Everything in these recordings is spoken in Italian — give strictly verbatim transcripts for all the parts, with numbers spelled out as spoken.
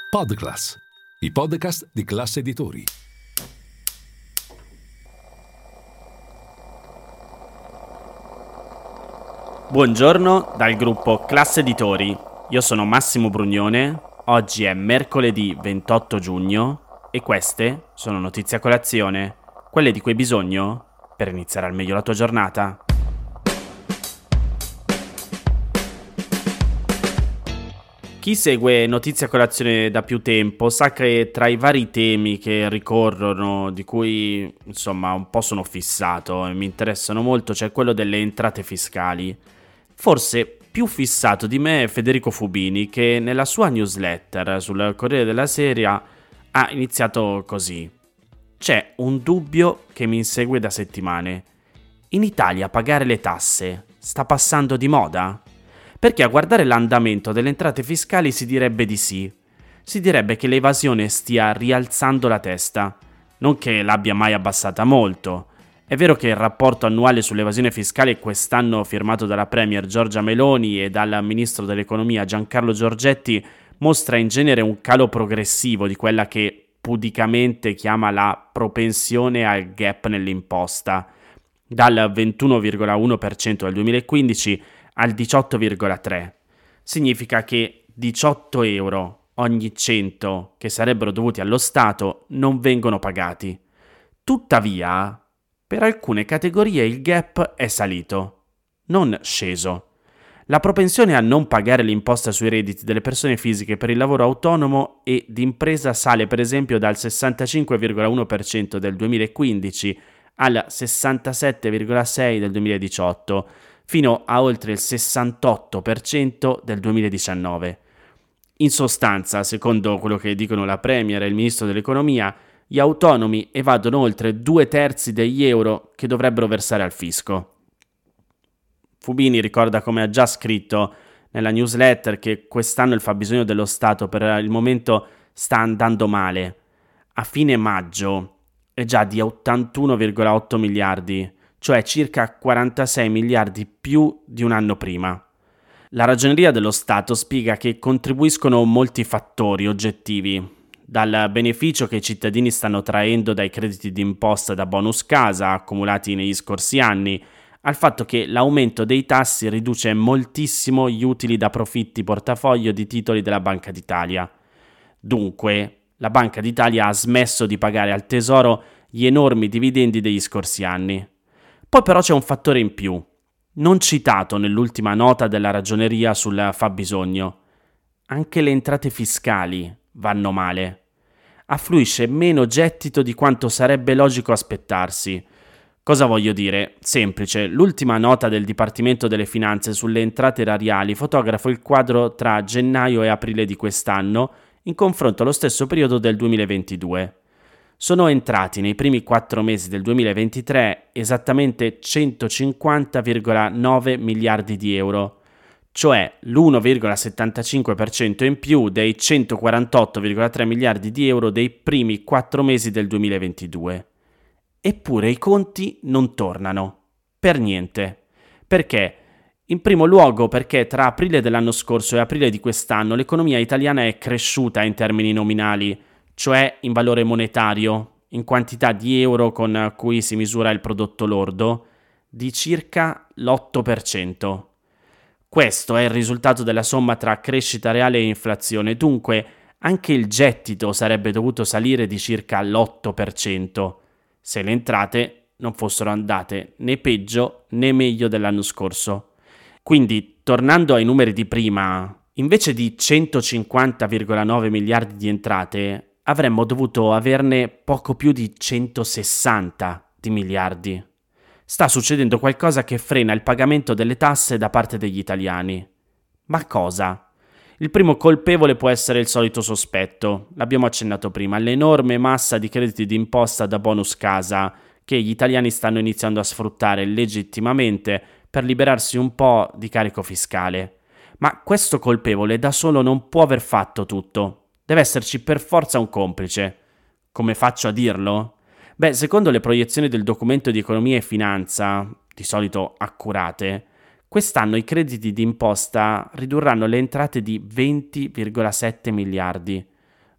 Podclass, i podcast di Classe Editori. Buongiorno dal gruppo Classe Editori. Io sono Massimo Brugnone. Oggi è mercoledì ventotto giugno e queste sono notizie a colazione, quelle di cui hai bisogno per iniziare al meglio la tua giornata. Chi segue Notizie a colazione da più tempo sa che tra i vari temi che ricorrono, di cui insomma un po' sono fissato e mi interessano molto, c'è quello delle entrate fiscali. Forse più fissato di me è Federico Fubini, che nella sua newsletter sul Corriere della Sera ha iniziato così. C'è un dubbio che mi insegue da settimane. In Italia pagare le tasse sta passando di moda? Perché a guardare l'andamento delle entrate fiscali si direbbe di sì. Si direbbe che l'evasione stia rialzando la testa, non che l'abbia mai abbassata molto. È vero che il rapporto annuale sull'evasione fiscale quest'anno firmato dalla Premier Giorgia Meloni e dal Ministro dell'Economia Giancarlo Giorgetti mostra in genere un calo progressivo di quella che pudicamente chiama la propensione al gap nell'imposta, dal ventuno virgola uno per cento del duemilaquindici al diciotto virgola tre per cento. Significa che diciotto euro ogni cento che sarebbero dovuti allo Stato non vengono pagati. Tuttavia, per alcune categorie il gap è salito, non sceso. La propensione a non pagare l'imposta sui redditi delle persone fisiche per il lavoro autonomo e d'impresa sale per esempio dal sessantacinque virgola uno per cento del duemilaquindici al sessantasette virgola sei per cento del duemiladiciotto, fino a oltre il sessantotto per cento del duemiladiciannove. In sostanza, secondo quello che dicono la Premier e il Ministro dell'Economia, gli autonomi evadono oltre due terzi degli euro che dovrebbero versare al fisco. Fubini ricorda, come ha già scritto nella newsletter, che quest'anno il fabbisogno dello Stato per il momento sta andando male. A fine maggio è già di ottantuno virgola otto miliardi, cioè circa quarantasei miliardi più di un anno prima. La Ragioneria dello Stato spiega che contribuiscono molti fattori oggettivi, dal beneficio che i cittadini stanno traendo dai crediti d'imposta da bonus casa accumulati negli scorsi anni, al fatto che l'aumento dei tassi riduce moltissimo gli utili da profitti portafoglio di titoli della Banca d'Italia. Dunque, la Banca d'Italia ha smesso di pagare al Tesoro gli enormi dividendi degli scorsi anni. Poi però c'è un fattore in più, non citato nell'ultima nota della Ragioneria sul fabbisogno. Anche le entrate fiscali vanno male. Affluisce meno gettito di quanto sarebbe logico aspettarsi. Cosa voglio dire? Semplice, l'ultima nota del Dipartimento delle Finanze sulle entrate erariali fotografa il quadro tra gennaio e aprile di quest'anno in confronto allo stesso periodo del duemilaventidue. Sono entrati nei primi quattro mesi del duemilaventitré esattamente centocinquanta virgola nove miliardi di euro, cioè l'uno virgola settantacinque per cento in più dei centoquarantotto virgola tre miliardi di euro dei primi quattro mesi del duemilaventidue. Eppure i conti non tornano, per niente. Perché? In primo luogo perché tra aprile dell'anno scorso e aprile di quest'anno l'economia italiana è cresciuta in termini nominali, cioè in valore monetario, in quantità di euro con cui si misura il prodotto lordo, di circa l'otto per cento. Questo è il risultato della somma tra crescita reale e inflazione, dunque anche il gettito sarebbe dovuto salire di circa l'otto per cento, se le entrate non fossero andate né peggio né meglio dell'anno scorso. Quindi, tornando ai numeri di prima, invece di centocinquanta virgola nove miliardi di entrate, avremmo dovuto averne poco più di centosessanta di miliardi. Sta succedendo qualcosa che frena il pagamento delle tasse da parte degli italiani. Ma cosa? Il primo colpevole può essere il solito sospetto, l'abbiamo accennato prima, l'enorme massa di crediti d'imposta da bonus casa che gli italiani stanno iniziando a sfruttare legittimamente per liberarsi un po' di carico fiscale. Ma questo colpevole da solo non può aver fatto tutto. Deve esserci per forza un complice. Come faccio a dirlo? Beh, secondo le proiezioni del Documento di Economia e Finanza, di solito accurate, quest'anno i crediti d'imposta ridurranno le entrate di venti virgola sette miliardi,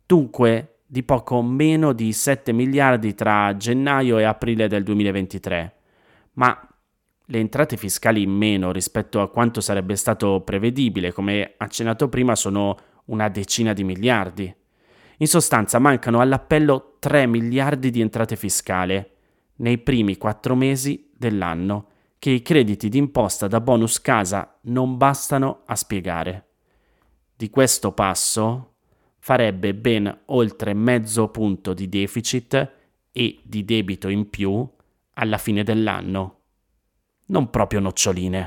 dunque di poco meno di sette miliardi tra gennaio e aprile del duemilaventitré, ma le entrate fiscali in meno rispetto a quanto sarebbe stato prevedibile, come accennato prima, sono una decina di miliardi. In sostanza mancano all'appello tre miliardi di entrate fiscali nei primi quattro mesi dell'anno, che i crediti d'imposta da bonus casa non bastano a spiegare. Di questo passo farebbe ben oltre mezzo punto di deficit e di debito in più alla fine dell'anno. Non proprio noccioline.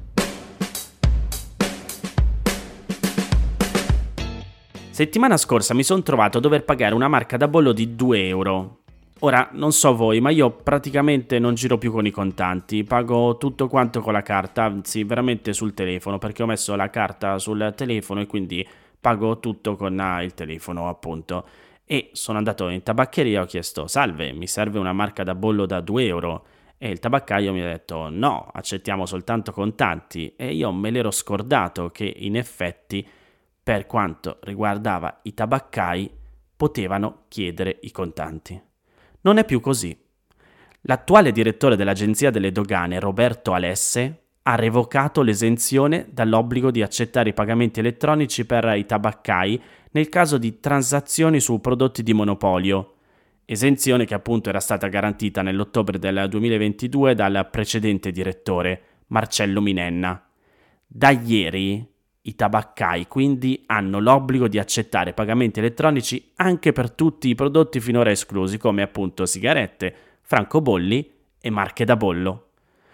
Settimana scorsa mi sono trovato a dover pagare una marca da bollo di due euro. Ora, non so voi, ma io praticamente non giro più con i contanti, pago tutto quanto con la carta, anzi veramente sul telefono, perché ho messo la carta sul telefono e quindi pago tutto con il telefono, appunto. E sono andato in tabaccheria e ho chiesto: salve, mi serve una marca da bollo da due euro? E il tabaccaio mi ha detto: no, accettiamo soltanto contanti. E io me l'ero scordato che in effetti, per quanto riguardava i tabaccai, potevano chiedere i contanti. Non è più così. L'attuale direttore dell'Agenzia delle Dogane, Roberto Alesse, ha revocato l'esenzione dall'obbligo di accettare i pagamenti elettronici per i tabaccai nel caso di transazioni su prodotti di monopolio, esenzione che appunto era stata garantita nell'ottobre del duemilaventidue dal precedente direttore, Marcello Minenna. Da ieri i tabaccai quindi hanno l'obbligo di accettare pagamenti elettronici anche per tutti i prodotti finora esclusi, come appunto sigarette, francobolli e marche da bollo.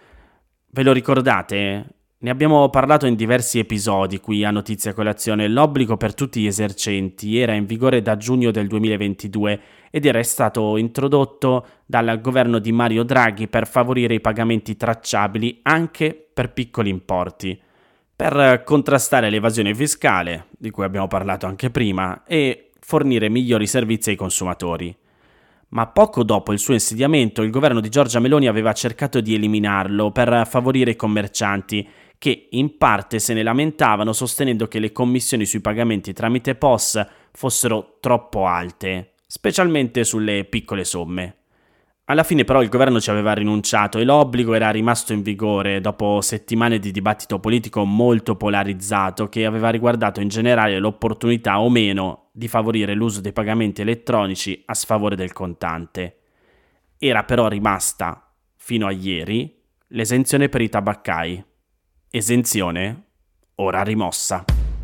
Ve lo ricordate? Ne abbiamo parlato in diversi episodi qui a Notizia Colazione. L'obbligo per tutti gli esercenti era in vigore da giugno del duemilaventidue ed era stato introdotto dal governo di Mario Draghi per favorire i pagamenti tracciabili anche per piccoli importi, per contrastare l'evasione fiscale, di cui abbiamo parlato anche prima, e fornire migliori servizi ai consumatori. Ma poco dopo il suo insediamento, il governo di Giorgia Meloni aveva cercato di eliminarlo per favorire i commercianti, che in parte se ne lamentavano sostenendo che le commissioni sui pagamenti tramite P O S fossero troppo alte, specialmente sulle piccole somme. Alla fine però il governo ci aveva rinunciato e l'obbligo era rimasto in vigore dopo settimane di dibattito politico molto polarizzato che aveva riguardato in generale l'opportunità o meno di favorire l'uso dei pagamenti elettronici a sfavore del contante. Era però rimasta, fino a ieri, l'esenzione per i tabaccai. Esenzione ora rimossa.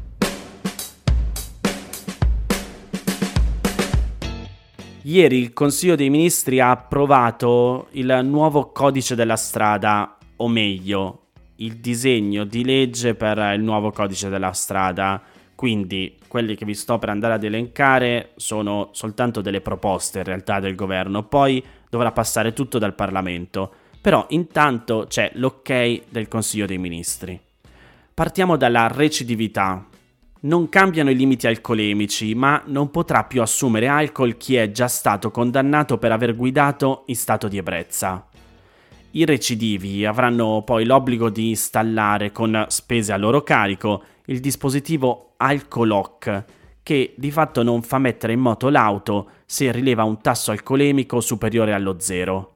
Ieri il Consiglio dei Ministri ha approvato il nuovo codice della strada, o meglio, il disegno di legge per il nuovo codice della strada. Quindi quelli che vi sto per andare ad elencare sono soltanto delle proposte in realtà del governo, poi dovrà passare tutto dal Parlamento. Però intanto c'è l'ok del Consiglio dei Ministri. Partiamo dalla recidività. Non cambiano i limiti alcolemici, ma non potrà più assumere alcol chi è già stato condannato per aver guidato in stato di ebbrezza. I recidivi avranno poi l'obbligo di installare con spese a loro carico il dispositivo Alcolock, che di fatto non fa mettere in moto l'auto se rileva un tasso alcolemico superiore allo zero.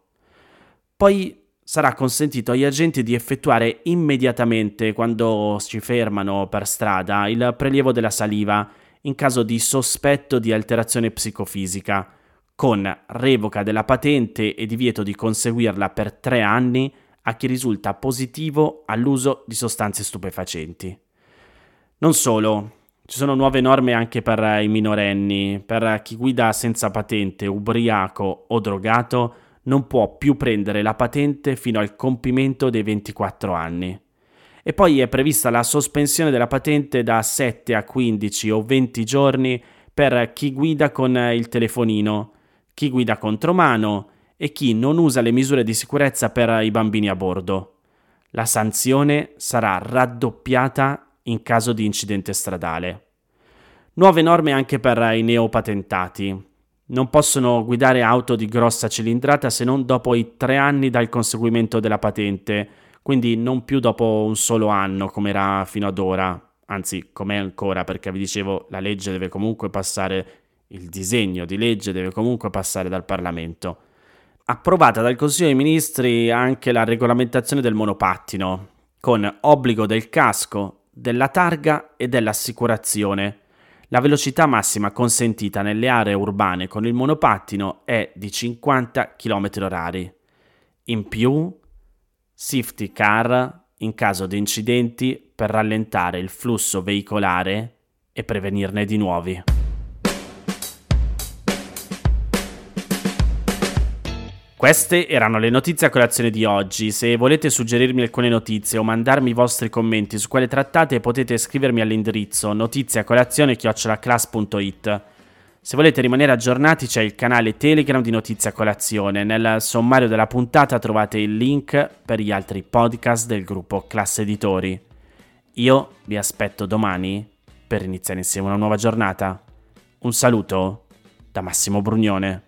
Poi sarà consentito agli agenti di effettuare immediatamente, quando si fermano per strada, il prelievo della saliva in caso di sospetto di alterazione psicofisica, con revoca della patente e divieto di conseguirla per tre anni a chi risulta positivo all'uso di sostanze stupefacenti. Non solo, ci sono nuove norme anche per i minorenni. Per chi guida senza patente, ubriaco o drogato, non può più prendere la patente fino al compimento dei ventiquattro anni. E poi è prevista la sospensione della patente da sette a quindici o venti giorni per chi guida con il telefonino, chi guida contromano e chi non usa le misure di sicurezza per i bambini a bordo. La sanzione sarà raddoppiata in caso di incidente stradale. Nuove norme anche per i neopatentati. Non possono guidare auto di grossa cilindrata se non dopo i tre anni dal conseguimento della patente, quindi non più dopo un solo anno come era fino ad ora, anzi com'è ancora, perché vi dicevo la legge deve comunque passare il disegno di legge deve comunque passare dal Parlamento. Approvata dal Consiglio dei Ministri anche la regolamentazione del monopattino, con obbligo del casco, della targa e dell'assicurazione. La velocità massima consentita nelle aree urbane con il monopattino è di cinquanta chilometri orari. In più, safety car in caso di incidenti per rallentare il flusso veicolare e prevenirne di nuovi. Queste erano le notizie a colazione di oggi. Se volete suggerirmi alcune notizie o mandarmi i vostri commenti su quelle trattate, potete scrivermi all'indirizzo notiziacolazione chiocciola class punto it. Se volete rimanere aggiornati c'è il canale Telegram di Notizia Colazione. Nel sommario della puntata trovate il link per gli altri podcast del gruppo Class Editori. Io vi aspetto domani per iniziare insieme una nuova giornata. Un saluto da Massimo Brugnone.